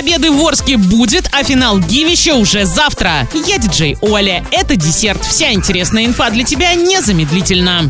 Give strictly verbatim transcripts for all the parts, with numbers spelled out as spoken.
Победы в Орске будет, а финал Гивища уже завтра. Я диджей Оля. Это десерт. Вся интересная инфа для тебя незамедлительно.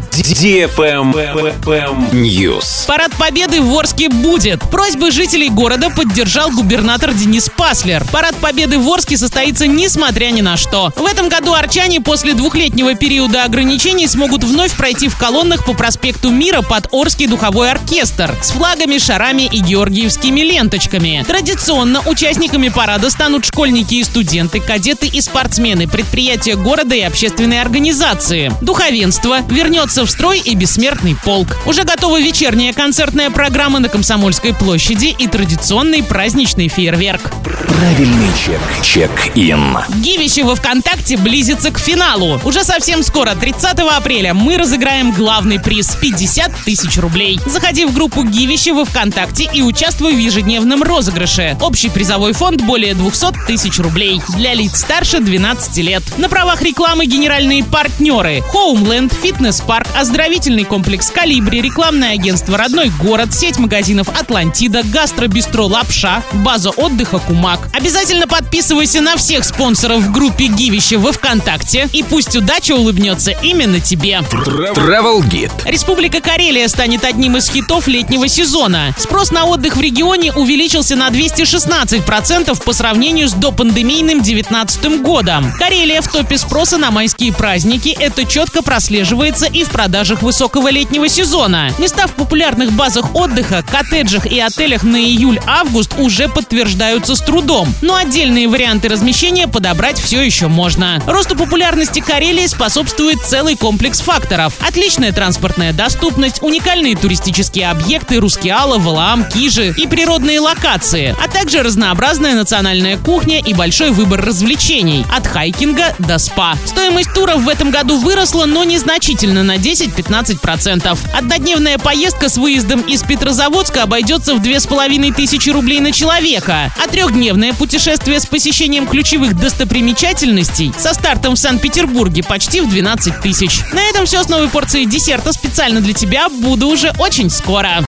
News. Парад Победы в Орске будет. Просьбы жителей города поддержал губернатор Денис Паслер. Парад Победы в Орске состоится несмотря ни на что. В этом году арчане после двухлетнего периода ограничений смогут вновь пройти в колоннах по проспекту Мира под Орский духовой оркестр с флагами, шарами и георгиевскими ленточками. Традиционно участниками парада станут школьники и студенты, кадеты и спортсмены, предприятия города и общественные организации. Духовенство вернется в строй и бессмертный полк. Уже готова вечерняя концертная программа на Комсомольской площади и традиционный праздничный фейерверк. Правильный чек. Чек-ин. Гивище во ВКонтакте близится к финалу. Уже совсем скоро, тридцатого апреля, мы разыграем главный приз – пятьдесят тысяч рублей. Заходи в группу Гивище во ВКонтакте и участвуй в ежедневном розыгрыше. Общий призовой фонд более двести тысяч рублей. Для лиц старше двенадцати лет. На правах рекламы генеральные партнеры: Homeland, фитнес-парк, оздоровительный комплекс Колибри, рекламное агентство «Родной город», сеть магазинов «Атлантида», гастробистро «Лапша», база отдыха «Кумак». Обязательно подписывайся на всех спонсоров в группе Гивище во ВКонтакте, и пусть удача улыбнется именно тебе. Travel Guide. Республика Карелия станет одним из хитов летнего сезона. Спрос на отдых в регионе увеличился на двести шестнадцать процентов по сравнению с допандемийным девятнадцатым годом. Карелия в топе спроса на майские праздники. Это четко прослеживается и в продажах высокого летнего сезона. Места в популярных базах отдыха, коттеджах и отелях на июль-август уже подтверждаются с трудом. Но отдельные варианты размещения подобрать все еще можно. Росту популярности Карелии способствует целый комплекс факторов. Отличная транспортная доступность, уникальные туристические объекты Рускеала, Валаам, Кижи и природные локации, а также разнообразная национальная кухня и большой выбор развлечений от хайкинга до спа. Стоимость туров в этом году выросла, но незначительно, на десять-пятнадцать процентов. Однодневная поездка с выездом из Петрозаводска обойдется в две с половиной тысячи рублей на человека, а трехдневное путешествие с посещением ключевых достопримечательностей со стартом в Санкт-Петербурге почти в двенадцать тысяч. На этом все с новой порцией десерта специально для тебя. Буду уже очень скоро.